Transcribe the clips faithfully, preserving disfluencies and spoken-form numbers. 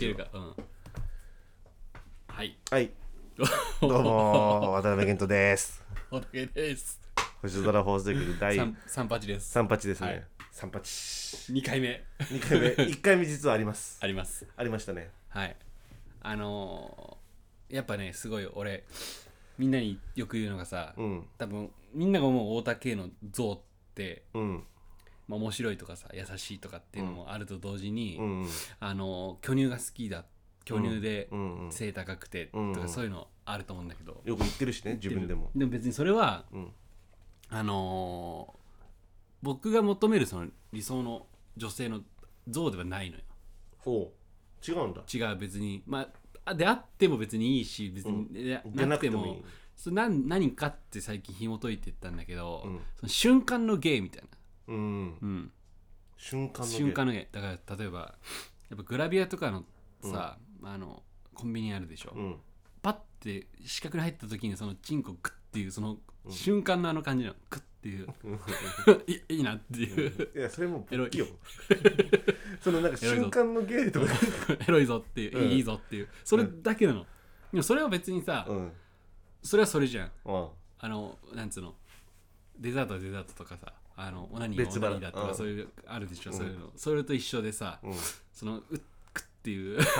けるか。うん。はいはいどうも渡辺健人ですおたけです。 星空放送局第さんじゅうはちです。 さんじゅうはちですね、 はい、 さんじゅうはちにかいめにかいめいっかいめ実はありますあります。 ありましたね。 はい。あのー、やっぱねすごい俺みんなによく言うのがさ、 うん、 多分みんなが思う太田圭の像って、 うん、 まあ、面白いとかさ優しいとかっていうのもあると同時に、 うんうん、 あのー、巨乳が好きだ、巨乳でうん背高くてうんうん、 とかそういうのあると思うんだけど、 よく言ってるしね自分でも。 でも別にそれは、 うん、 あのー、僕が求めるその理想の女性の像ではないのよ。 ほう違うんだ。 違う、別にまあであっても別にいいし、別に、うん、でなくても、いそれ 何, 何かって最近紐解いていったんだけど、うん、その瞬間のゲイみたいな、うんうん、 瞬間のゲイ瞬間のゲイだから例えばやっぱグラビアとかのさ、うん、あのコンビニあるでしょ、うん、パッて四角に入った時にそのチンコクッっていうその瞬間のあの感じのクッっていうい, いいなっていう、 うん、いやそれもエロいよそのなんか瞬間のゲイとかエロいぞっていう、うん、いいぞっていうそれだけなの、うん、でもそれは別にさ、うん、それはそれじゃん、うん、あのなんつうのデザートはデザートとかさ、あのオナニーはオナニーだとかそういうあるでしょ、うん、そういうのそれと一緒でさ、うん、そのうっくっていう、はい、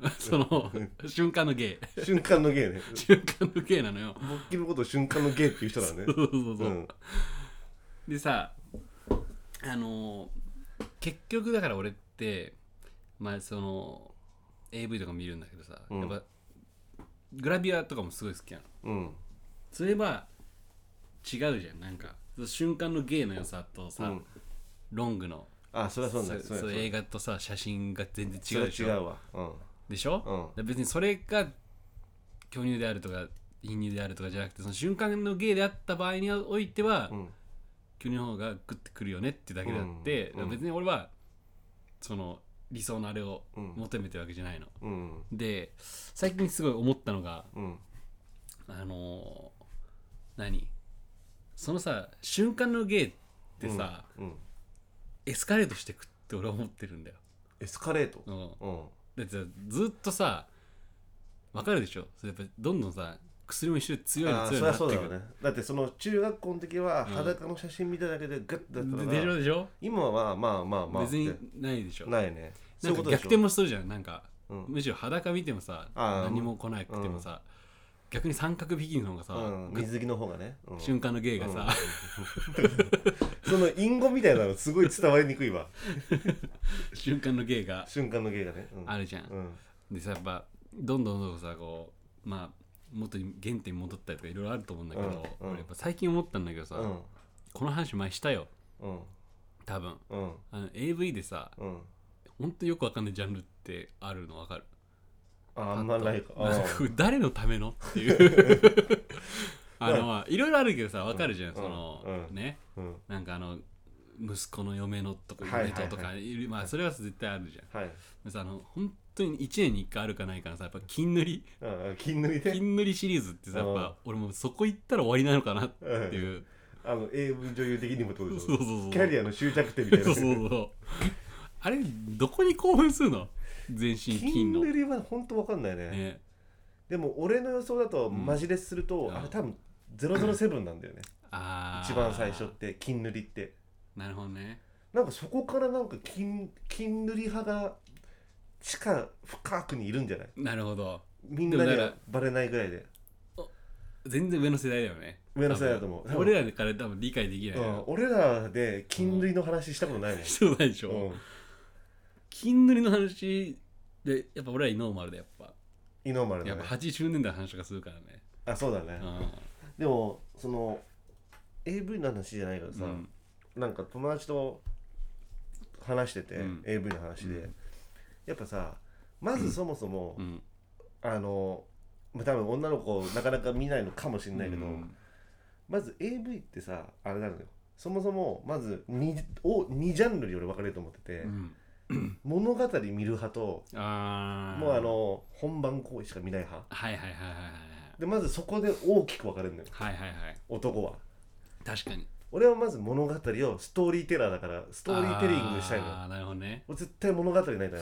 その瞬間のゲイ瞬間のゲイね瞬間のゲイなのよ。 勃起のことを瞬間のゲイっていう人だねそうそうそう、うん、でさあのー、結局だから俺ってまあその エーブイ とか見るんだけどさ、うん、やっぱグラビアとかもすごい好きなの、うん、それは違うじゃん、なんか瞬間のゲイの良さとさ、うん、ロングのあそれはそうだ、 そう映画とさ写真が全然違うでしょ。 それ違うわ、うん、 でしょ、うん、別にそれが巨乳であるとか貧乳であるとかじゃなくて、その瞬間のゲイであった場合においては、うん、巨乳の方がグッてくるよねってだけであって、うん、別に俺はその理想のあれを求めてるわけじゃないの、うん、で最近すごい思ったのが、うん、あのー、何そのさ瞬間のゲイってさ、うんうん、エスカレートしてくって俺は思ってるんだよ。 エスカレート、 うんうん、だってさずっとさ分かるでしょ、それやっぱどんどんさ薬も一緒で強いの強いのなってくる。 そりゃそうだよね。だってその中学校の時は裸の写真見ただけでグッとだったから、うん、 でしょでしょ。 今はまあまあまあ別にないでしょ。 ないね。 なんか逆転もするじゃん、なんか、うん、むしろ裸見てもさ何も来なくてもさ、うん、逆に三角ビキニの方がさ、うん、 水着の方がね、 うん、瞬間のゲイがさ、 うん、その隠語みたいなのすごい伝わりにくいわ瞬間のゲイが瞬間のゲイがね、 うん、あるじゃん、うん、でさやっぱどんどんどんどんさこうまあ元に原点に戻ったりとかいろいろあると思うんだけど、うんうん、俺やっぱ最近思ったんだけどさ、うん、この話前したよ、うん、多分、うん、あの エーブイ でさ、うん、ほんとよくわかんないジャンルってあるのわかる？ ああんまないか。 誰のためのっていうあの、まあ、いろいろあるけどさわかるじゃん、うん、その、うん、ね、うん、なんかあの息子の嫁のとか嫁ととか、はいはいはい、まあそれは絶対あるじゃん、はい、さあの本当にいちねんにいっかいあるかないかのさやっぱ金塗り金塗りね金塗りシリーズってさやっぱ俺もそこ行ったら終わりなのかなっていう、 あの エーブイ 女優的にもどうでしょう。そうそうそう、キャリアの終着点みたいな。そうそうそうあれどこに興奮するの？全身金の金塗りは本当わかんないね。ね、でも俺の予想だとマジレスすると、うん、あれ多分ゼロゼロセブンなんだよね。あ一番最初って金塗りって。 なるほどね。 なんかそこからなんか 金, 金塗り派が地下深くにいるんじゃない？ なるほど。 みんなにはバレないぐらいで。 全然上の世代だよね。 上の世代だと思う。 俺らから多分理解できない、うん、 俺らで金塗りの話したことないもん。 したことないでしょ、うん、金塗りの話でやっぱ俺らイノーマルでやっぱイノーマルだね。 やっぱはちじゅうねんだいの話とかするからね。 あそうだね、うん、でもその エーブイ の話じゃないからさ、うん、なんか友達と話してて、うん、エーブイ の話で、うん、やっぱさまずそもそも、うん、あの多分女の子なかなか見ないのかもしれないけど、うん、まず エーブイ ってさあれなのよ、そもそもまず 2, をにジャンルに俺分かれると思ってて、うん、物語見る派とあもうあの本番行為しか見ない派、 はいはいはいはいはいでまずそこで大きく分かれるのよ、 はいはいはい、 男は確かに。 俺はまず物語をストーリーテラーだからストーリーテリングしたいのよ。 ああなるほどね。 絶対物語ないんだよ。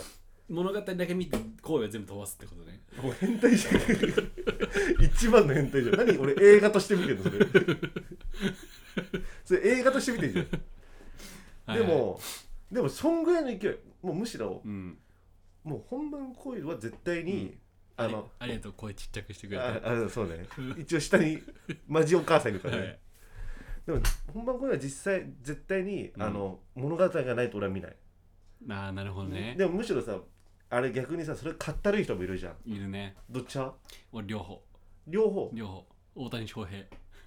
物語だけ見て声は全部飛ばすってことね。 もう変態じゃん一番の変態じゃん。何俺映画として見てるのそれそれ映画として見てるじゃん。でも、はい、でもそんぐらいの勢い、もうむしろ、うん、もう本番コイルは絶対に、うん、あのありがとう、声ちっちゃくしてくれて。 ああそうね一応下にマジお母さんいるからね、はい、でも本番コイルは実際絶対に、うん、あの物語がないと俺は見ない。 ああなるほどね。 でもむしろさあれ逆にさそれかったるい人もいるじゃん。 いるね。 どっち派？ 俺両方両方両方大谷翔平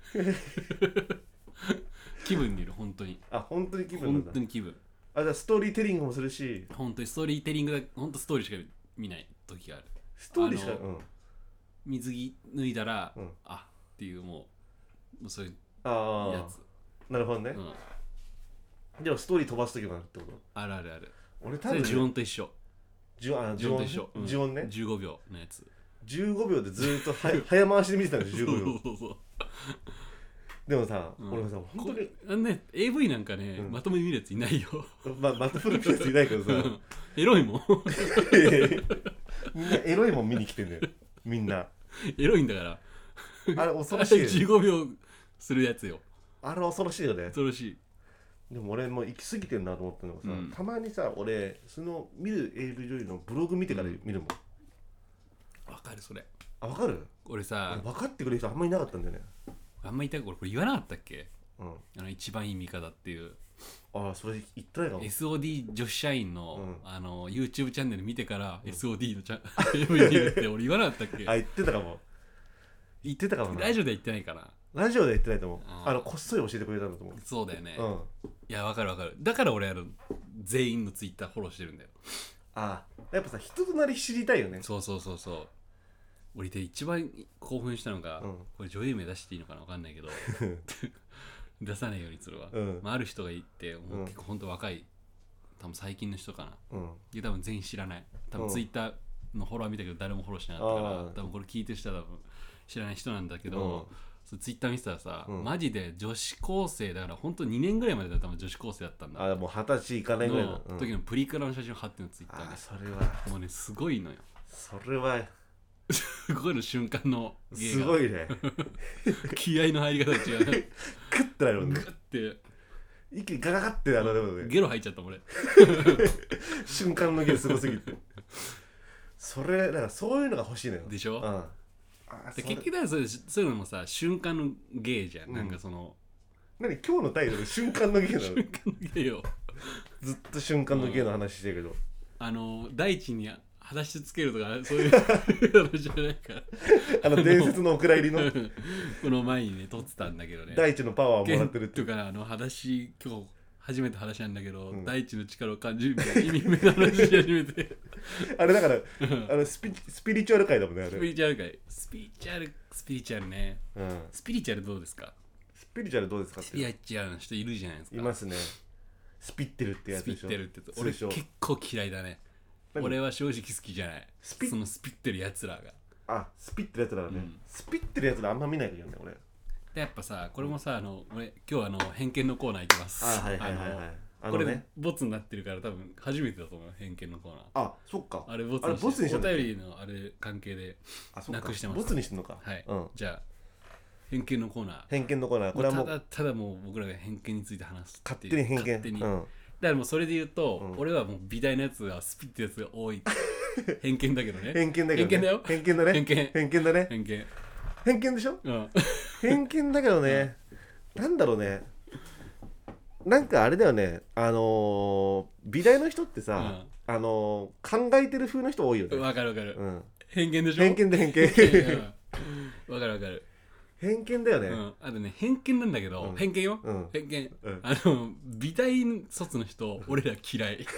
気分にいる本当に。 あ本当に気分なんだ。 本当に気分。 あじゃあストーリーテリングもするし。 本当にストーリーテリングだ。本当ストーリーしか見ない時がある。 ストーリーしか、うん、 水着脱いだら、うん、あっていうもうもうそういうやつ。 なるほどね、うん、でもストーリー飛ばす時もあるってこと？ あるあるある。 俺多分、ね、呪音と一緒。 呪音と一緒。呪音ね、うん、 じゅうごびょうのやつ。 じゅうごびょうでずっとは早回しで見てたんですよじゅうごびょう。そうそうそうでもさ、うん、俺もさ本当にあのね エーブイ なんかね、うん、まともに見るやついないよ。 ままともに見るやついないけどさエロいもんみんなエロいもん見に来てんだよみんな。 エロいんだからあれ恐ろしいよ。 じゅうごびょうするやつよ。 あれ恐ろしいよね。 恐ろしい。 でも俺もう行き過ぎてんなと思ったのがさ、うん、たまにさ俺その見る エーブイ 女優のブログ見てから見るもん。 わ、うん、かるそれ。 あ分かる？ 俺さ分かってくれる人あんまりいなかったんだよね。 あんまりいた。俺これ言わなかったっけ？うん、あの一番いい見方っていう。 ああそれ言ってないかも。 エスオーディー 女子社員の、うん、あの YouTube チャンネル見てから、うん、エスオーディー のチャンネル見るって俺言わなかったっけ？ あ言ってたかも。言ってたかもな。 ラジオで言ってないかな。 ラジオで言ってないと思う。あのこっそり教えてくれたんだと思う。 そうだよね、 うん、 いやわかるわかる。だから俺あの全員のツイッターフォローしてるんだよ。 ああやっぱさ人となり知りたいよね。 そうそうそうそう。俺で一番興奮したのが、うん、これ女優名出していいのかなわかんないけど出さないようにするわ、うんまあ、ある人がいてもう結構ほんと若い多分最近の人かな、うん、いや多分全員知らない。多分ツイッターのフォロワー見たけど誰もフォローしなかったから、多分これ聞いてる人は多分知らない人なんだけど、うん、ツイッター見てたらさ、うん、マジで女子高生だからほんとにねんぐらいまでだったら多分女子高生だったんだ。 あもう二十歳いかないぐらいの、 うん、時のプリクラの写真を貼ってるのツイッターに。 あそれはもうねすごいのよ。 それはすごいの瞬間の芸がすごいね気合いの入り方が違うグッてなるもんね。 グッて一気にガガガってなるもんね。 ゲロ入っちゃったもん俺瞬間の芸すごすぎてそれだからそういうのが欲しいのよ。 でしょ、うん、あで結局はそういうのもさ瞬間の芸じゃん、うん、なんかその何今日のタイトル瞬間の芸なの瞬間の芸よずっと瞬間の芸の話してるけど、うん、 あの大地に裸足つけるとかそういう話じゃないからあの伝説のお蔵入りのこの前にね撮ってたんだけどね。 大地のパワーをもらってるっていうかあの裸足今日初めて話なんだけど、うん、大地の力を感じるみたいな意味目の話し始めてあれだからあのスピ、スピリチュアル界だもんね。あれスピリチュアル界スピリチュアルスピリチュアルね、うん、スピリチュアルどうですか？ スピリチュアルどうですかって。 スピリチュアルの人いるじゃないですか。 いますね。スピってるってやつでしょ。 スピってるって俺結構嫌いだね。俺は正直好きじゃない。スピそのスピってるやつらが。 あスピってるやつらだね、うん、スピってるやつらあんま見ないけどね俺。 でやっぱさこれもさあの俺今日あの偏見のコーナー行きます。 あはいはいはいはい。 あのね、これボツになってるから多分初めてだと思う。偏見のコーナー。 あそっか。 あれボツにして。ボツにしてお便りのあれ関係でなくしてます。 ボツにしてんのか。 はい、うん、じゃあ偏見のコーナー。 偏見のコーナーこれはもうただただもう僕らが偏見について話す勝手に偏見。勝手に、うん、 だからもうそれで言うと、うん、俺はもう美大のやつがスピってやつが多い偏見だけどね。 偏見だけど、ね、 偏見だよ。 偏見だね。 偏見偏見だね。 偏見偏見でしょ、うん、偏見だけどね、うん、なんだろうね、なんかあれだよね、あのー、美大の人ってさ、うん、あのー、考えてる風の人多いよね。 わかるわかる、 うん、 偏見でしょ。 偏見で偏見わかるわかる。 偏見だよね、 うん、あとね偏見なんだけど、うん、偏見よ、うん、偏見、うん、あの美大卒の人俺ら嫌い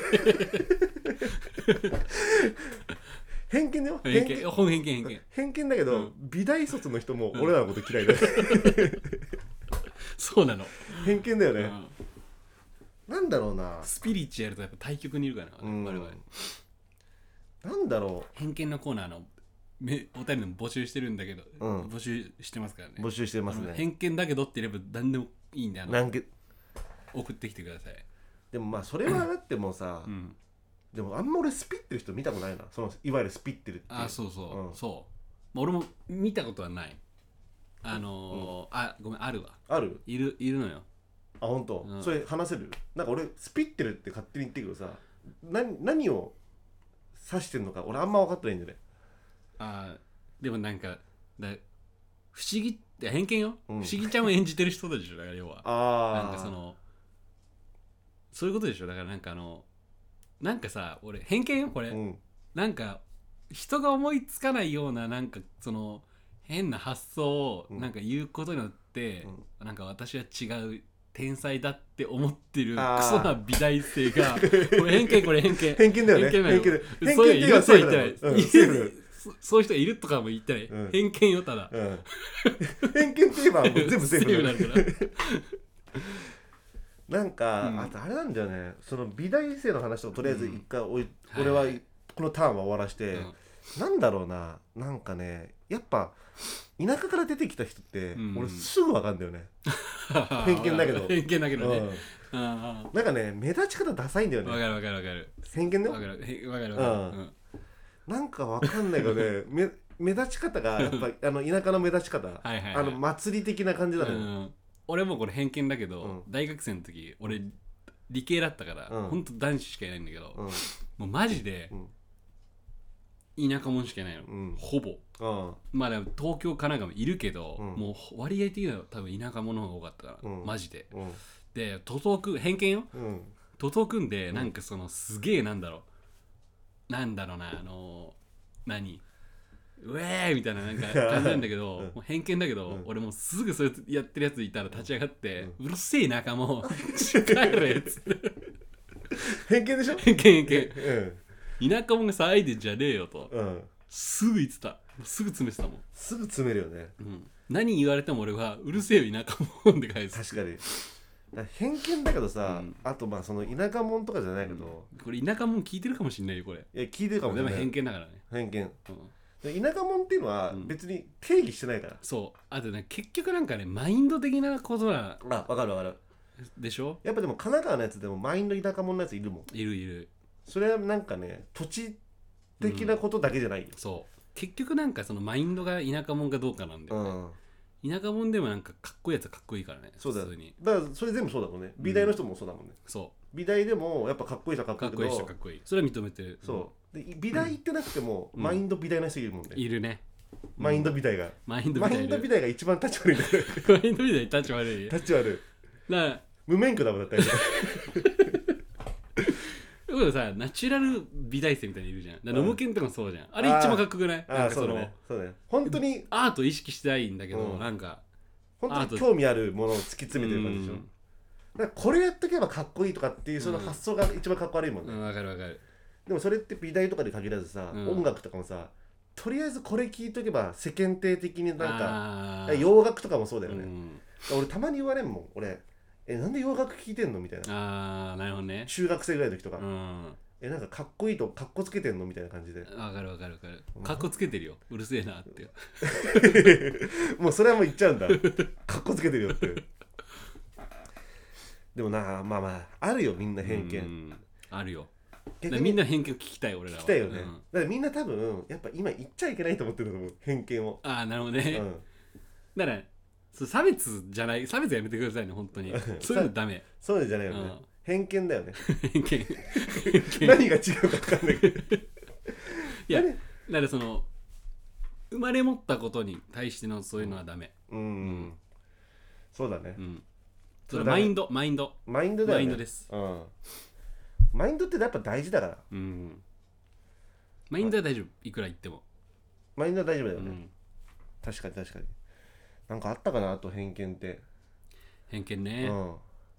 偏見だよ。 偏見本偏見偏見偏見だけど、うん、美大卒の人も俺らのこと嫌いだよ、 そうなの。 偏見だよね、うん、なんだろうな。 スピリチュアルとやっぱ対極にいるからな、うん、我々。 なんだろう偏見のコーナーのお便りでも募集してるんだけど、うん、募集してますからね。 募集してますね。 偏見だけどって言えば何でもいいんで、あのなんけ送ってきてください。 でもまあそれはだってもうさ、うん、 でもあんま俺スピってる人見たことないな、そのいわゆるスピってるって。 あそうそう、うん、そう、まあ、俺も見たことはない。あのーうん、あごめんあるわ。 あるいるいるのよ。 あ本当、うん、それ話せる？なんか俺スピってるって勝手に言ってるけどさ、何何を指してんのか俺あんま分かってないんだよね。 あでもなんかだ不思議って偏見よ、うん、不思議ちゃんを演じてる人たちでしょ。だから要はあなんかそのそういうことでしょ。だからなんかあのなんかさ俺偏見よこれ、うん、なんか人が思いつかないようななんかその変な発想をなんか言うことによって、うん、なんか私は違う天才だって思ってるクソな美大生がこれ偏見これ偏見偏見だよね。偏見偏見偏見そういう人は言ってない、うん、そういう人いるとかも言ってない、うん、偏見よただ、うん、 偏見って言えばもう全部セーフになるからなんか、うん、あとあれなんだよね、その美大生の話をとりあえず一回おい、うん、俺はこのターンは終わらして、うん、なんだろうな、なんかねやっぱ田舎から出てきた人って、うん、俺すぐ分かるんだよね偏見だけど偏見だけどね、 うん、なんかね目立ち方ダサいんだよね。 分かる分かる分かる偏見だよ。 分かる分かる分かる、うん、 なんか分かんないけどね目, 目立ち方がやっぱりあの田舎の目立ち方はいはい、はい、あの祭り的な感じだね、うん、 俺もこれ偏見だけど、うん、大学生の時俺理系だったから、うん、ほんと男子しかいないんだけど、うん、もうマジで、うん田舎者しかいないの、うん、ほぼ、うん、まあでも東京神奈川もいるけど、うん、もう割合的には多分田舎者の方が多かったから、うん、マジで、うん、で徒党組偏見よ、うん、徒党組んでなんかそのすげえなんだろうなんだろうなあのー、何ウェーみたいななんか感じなんだけど、うん、もう偏見だけど、うん、俺もうすぐそれやってるやついたら立ち上がって、うん、うるせえ仲も帰れっつって偏見でしょ。 偏見偏見、うん田舎者が騒いでんじゃねえよと、うん、すぐ言ってた。すぐ詰めてたもん。 すぐ詰めるよね、 うん、何言われても俺はうるせえよ田舎者って返す。 確かにだ偏見だけどさ、うん、あとまあその田舎者とかじゃないけど、 うん、これ田舎者聞いてるかもしんないよこれ。 いや聞いてるかもしれない。 でも偏見だからね。 偏見、うん、田舎者っていうのは別に定義してないから、うん、 そうあとね結局なんかねマインド的なことなあ分かる分かるでしょ。 やっぱでも神奈川のやつでもマインド田舎者のやついるもん。 いるいる。 それはなんかね土地的なことだけじゃないよ、うん、 そう結局なんかそのマインドが田舎者かどうかなんだよね、うん、田舎者でもなんかかっこいいやつはかっこいいからね。 そうだよ。だからそれ全部そうだもんね。美大の人もそうだもんね、うん、そう美大でもやっぱかっこいい人はかっこいいけど、かっこいい人はかっこいい、それは認めてる。そうで美大行ってなくても、うん、マインド美大の人いるもんね。 いるね。 マインド美大が、うん、 マインド美大、 マインド美大が一番立ち悪いマインド美大立ち悪い立ち悪いだから無免許だもんだったりさナチュラル美大生みたいにいるじゃん。だノムケンとかもそうじゃん。あれ一番かっこよくない？ あなんかそのそうだね。そうだね。本当にアート意識したいんだけど、うん、なんか本当に興味あるものを突き詰めてる感じでしょ。だからこれやっとけばかっこいいとかっていうその発想が一番かっこ悪いもんね。 わ、うん、かるわかる。 でもそれって美大とかで限らずさ、うん、音楽とかもさ、とりあえずこれ聞いとけば世間体的になんか洋楽とかもそうだよね。うん、俺たまに言われんもん。俺えなんで洋楽聴いてんのみたいな。 あーなるほどね。 中学生ぐらいの時とか、 うん、 えなんかかっこいいとかっこつけてんのみたいな感じで。 わかるわかるわかる。かっこつけてるようるせえなってもうそれはもう言っちゃうんだかっこつけてるよってでもなまあまああるよみんな偏見。うんあるよ。みんな偏見聞きたい俺らは。 聞きたいよね、うん、だからみんな多分やっぱ今言っちゃいけないと思ってると思う偏見を。 ああなるほどね、うん、だから差別じゃない差別やめてくださいね本当にそういうのダメそういうのじゃないよね、うん、偏見だよね偏見何が違うか分かんないけどいやだからその生まれ持ったことに対してのそういうのはダメ。 うん、うん、そうだね、うん、 それマインドマインドマインドだよね。 マインドです、うん、 マインドってやっぱ大事だから、 うん、マインドは大丈夫いくら言ってもマインドは大丈夫だよね、うん、確かに確かに。なんかあったかなあと偏見って。 偏見ね、うん、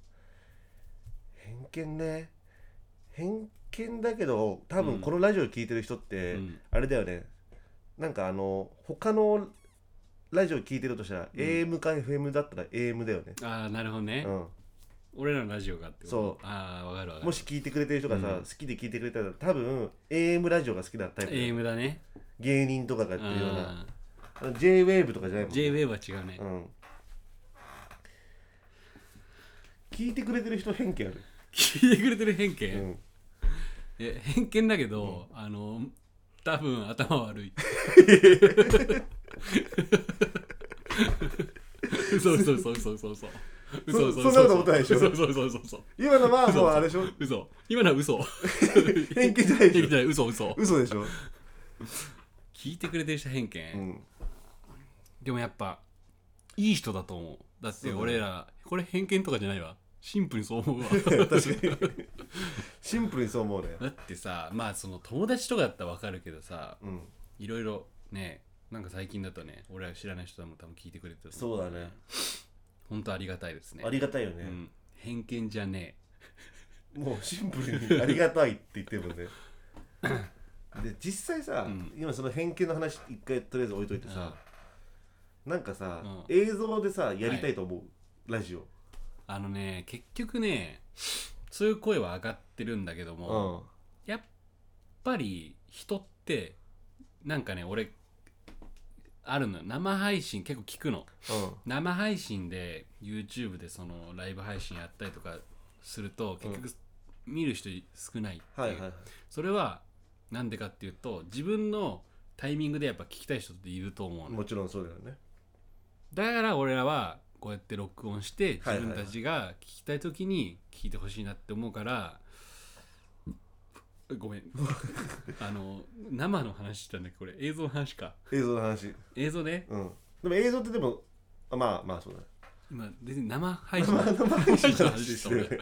偏見ね偏見だけど多分このラジオ聞いてる人って、うん、あれだよねなんかあの他のラジオ聞いてるとしたら、うん、エーエム か エフエム だったら エーエム だよね。 ああなるほどね、うん、俺らのラジオがってこと。 そうああ分かる分かる。 もし聞いてくれてる人がさ、うん、好きで聞いてくれたら多分 エーエム ラジオが好きなタイプ。 エーエム だね。 芸人とかがやってるようなジェイウェーブ とかじゃないもん、ね、 ジェイウェーブ は違うね、うん、 聞いてくれてる人偏見ある。 聞いてくれてる偏見、うん、 え偏見だけど、うん、あの多分頭悪い嘘嘘嘘嘘嘘嘘嘘嘘そんなこと思ってないでしょ。 嘘嘘嘘嘘嘘今のはもうあれでしょ。 嘘今のは嘘偏見じゃないでしょ。 偏見じゃない嘘嘘嘘でしょ。 聞いてくれてる人偏見、 うん、 でもやっぱいい人だと思う。だって俺らこれ偏見とかじゃないわ、シンプルにそう思うわ確かにシンプルにそう思うね。 だってさ、まあその友達とかだったら分かるけどさ、 うん、 いろいろね、なんか最近だとね、俺ら知らない人も多分聞いてくれてる、 そうだね。 本当ありがたいですね。 ありがたいよね、 うん、偏見じゃねえもうシンプルにありがたいって言ってるもんねで実際さ、うん、今その偏見の話一回とりあえず置いといてさ、うん、なんかさ、うん、映像でさやりたいと思う、はい、ラジオ。 あのね、結局ねそういう声は上がってるんだけども、うん、やっぱり人ってなんかね、俺あるの、生配信結構聞くの、うん、生配信で YouTube でそのライブ配信やったりとかすると結局見る人少ないっていう、はいはいはい、それはなんでかっていうと、自分のタイミングでやっぱ聞きたい人っていると思うの。 もちろんそうだよね。 だから俺らはこうやって録音して自分たちが聞きたい時に聞いてほしいなって思うから、はいはい、ごめんあの生の話したんだっけ、これ映像の話か。 映像の話。 映像ね。 うん。でも映像ってでもあまあまあそうだね。 今別に生配信生配信の話してる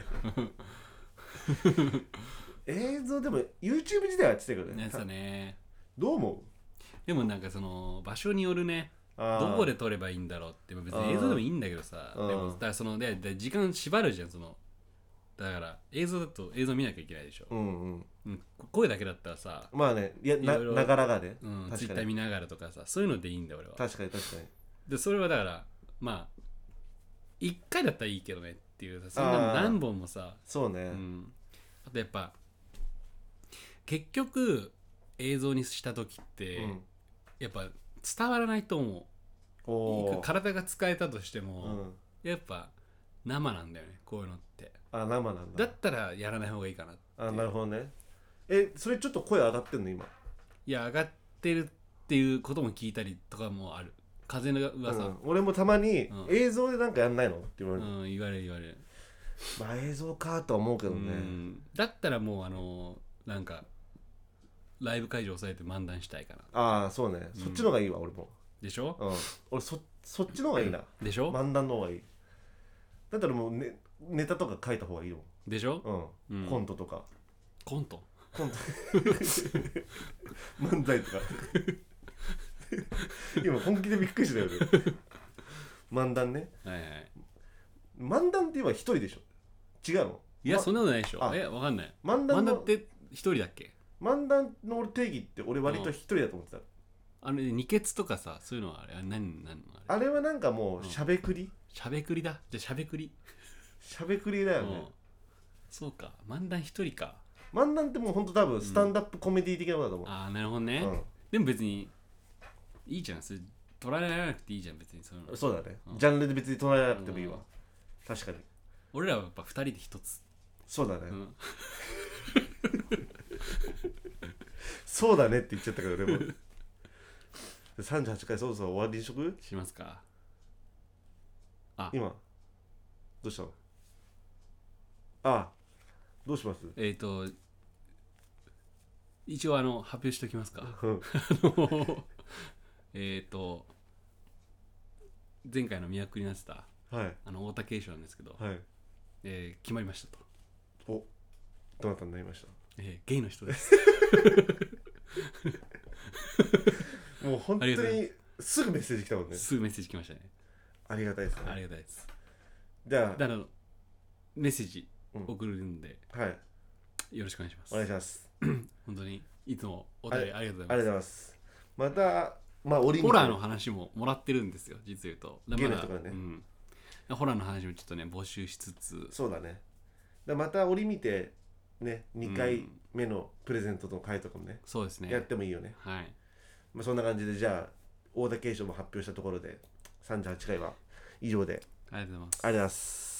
映像でも YouTube 自体はやってたけどね。 やつだね。 どう思う？ でもなんかその場所によるね。どこで撮ればいいんだろうって。別に映像でもいいんだけどさ、でもだからそのでで時間縛るじゃん、そのだから映像だと映像見なきゃいけないでしょ。うんうんうん、声だけだったらさ、 まあね、いやなながらがね、 うん、ツイッター見ながらとかさ、そういうのでいいんだよ俺は。 確かに確かに。 でそれはだからまあいっかいだったらいいけどねっていうさ、そんな何本もさ、 そうね、 うん、あとやっぱ結局映像にした時って、うん、やっぱ伝わらないと思う。体が使えたとしても、うん、やっぱ生なんだよね、こういうのって。 あ、生なんだ。 だったらやらない方がいいかなって。 あ、なるほどね。え、それちょっと声上がってんの今？ いや、上がってるっていうことも聞いたりとかもある。風の噂、うん、 俺もたまに、うん、映像でなんかやんないのって言われる、 うん、言われる言われる。 まあ映像かとは思うけどね、うん、 だったらもうあのなんかライブ会場押さえて漫談したいかな。 ああそうね、うん、そっちの方がいいわ俺も。 でしょ、 うん、俺 そ, そっちの方がいいな。 でしょ、 漫談の方がいい。だったらもう、ね、ネタとか書いた方がいいよ。 でしょ、 うんうん、コントとか。 コントコント漫才とか今本気でびっくりしたよね漫談ね、 はいはい、 漫談って言えば一人でしょ。違うの？ いや、ま、そんなことないでしょ。え、わかんない。 漫談の漫談って一人だっけ？ 漫談の定義って俺割と一人だと思ってた。 あれ二ケツとかさ、そういうのはあれ何何のあれ？あれはなんかもうしゃべくり、 しゃべくりだ。じゃあしゃべくりしゃべくりだよね、うん、 そうか、漫談一人か。 漫談ってもうほんと多分スタンダップコメディ的なことだと思う、 うん、ああなるほどね、うん、でも別にいいじゃん、それ捉えられなくていいじゃん別に。そのそうだね、うん、ジャンルで別に捉えられなくてもいいわ、うん、確かに。 俺らはやっぱふたりで一つ。 そうだね、うん、そうだねって言っちゃったけど、でもさんじゅうはちかいそろそろ終わりにしとく？ しますか。あ、 今どうしたの？あ、どうします？ えっ、ー、と一応あの発表しておきますかえっと前回の都になってた、はい、あの太田慶章なんですけど、はい、えー、決まりましたと。 お、どなたになりました？ えー、ゲイの人ですもう本当にすぐメッセージ来たもんね。 すぐメッセージ来ましたね。 ありがたいですね。 ありがたいです。 じゃあ、 あのメッセージ送るんで、 うん、はい、 よろしくお願いします。 お願いします本当にいつもお便りありがとうございます。 ありがとうございます。また、まあ、オリンピックホラーの話ももらってるんですよ、実言うと。 ゲームとかね、 うん、ホラーの話もちょっとね募集しつつ。 そうだね。だまた折見てね、にかいめのプレゼントの回とかもね、うん、 そうですね、 やってもいいよね。 はい。 まあ、そんな感じで、じゃあ大田慶章も発表したところでさんじゅうはちかいは以上で。 ありがとうございます。 ありがとうございます。